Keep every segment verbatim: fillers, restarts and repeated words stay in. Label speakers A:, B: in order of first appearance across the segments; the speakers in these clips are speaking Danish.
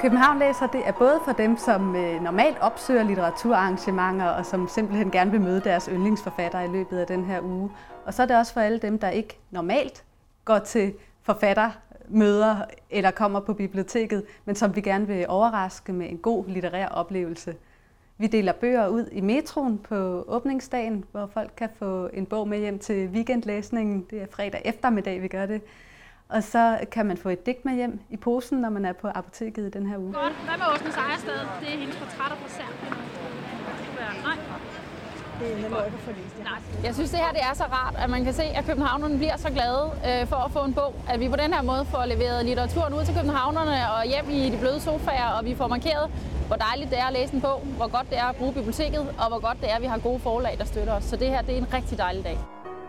A: København Læser, det er både for dem, som øh, normalt opsøger litteraturarrangementer og som simpelthen gerne vil møde deres yndlingsforfattere i løbet af den her uge. Og så er det også for alle dem, der ikke normalt går til forfattermøder eller kommer på biblioteket, men som vi gerne vil overraske med en god litterær oplevelse. Vi deler bøger ud i metroen på åbningsdagen, hvor folk kan få en bog med hjem til weekendlæsningen. Det er fredag eftermiddag, vi gør det. Og så kan man få et digt med hjem i posen, når man er på apoteket i den her uge.
B: Godt. Hvad med Åsne Sejerstad? Det er hendes portrætter fra Serbien. Nej.
C: Det er heller ikke for læst.
D: Jeg synes, det her det er så rart, at man kan se, at københavnerne bliver så glade øh, for at få en bog. At vi på den her måde får leveret litteraturen ud til københavnerne og hjem i de bløde sofaer, og vi får markeret, hvor dejligt det er at læse en bog, hvor godt det er at bruge biblioteket, og hvor godt det er, at vi har gode forlag, der støtter os. Så det her det er en rigtig dejlig dag.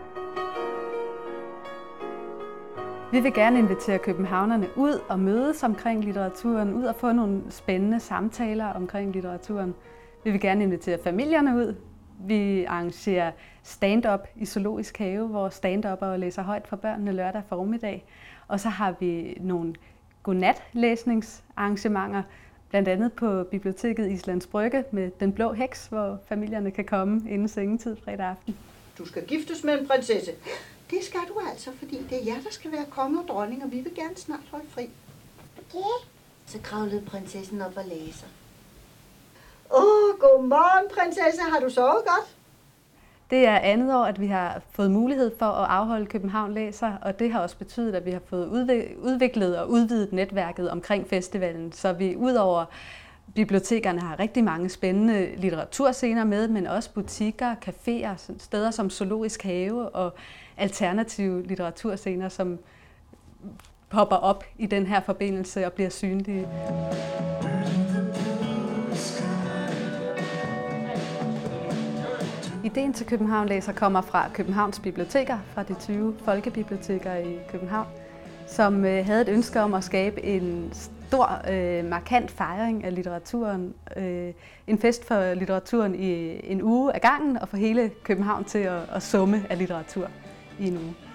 A: Vi vil gerne invitere københavnerne ud og mødes omkring litteraturen, ud og få nogle spændende samtaler omkring litteraturen. Vi vil gerne invitere familierne ud. Vi arrangerer stand-up i Zoologisk Have, hvor stand-uppere læser højt for børnene lørdag formiddag. Og så har vi nogle godnatlæsningsarrangementer, blandt andet på biblioteket Islands Brygge med Den Blå Heks, hvor familierne kan komme inden sengetid fredag aften.
C: Du skal giftes med en prinsesse. Det skal du altså, fordi det er jer, der skal være konge og dronning, og vi vil gerne snart holde fri.
E: Okay. Så kravlede prinsessen op og læser.
C: Åh, oh, godmorgen, prinsesse. Har du sovet godt?
A: Det er andet år, at vi har fået mulighed for at afholde København Læser, og det har også betydet, at vi har fået udviklet og udvidet netværket omkring festivalen, så vi udover bibliotekerne har rigtig mange spændende litteraturscener med, men også butikker, caféer, steder som Zoologisk Have og alternative litteraturscener, som popper op i den her forbindelse og bliver synlige. Ideen til København Læser kommer fra Københavns biblioteker, fra de tyve folkebiblioteker i København, som havde et ønske om at skabe en stor, øh, markant fejring af litteraturen. Øh, en fest for litteraturen i en uge ad gangen, og for hele København til at, at summe af litteratur i en uge.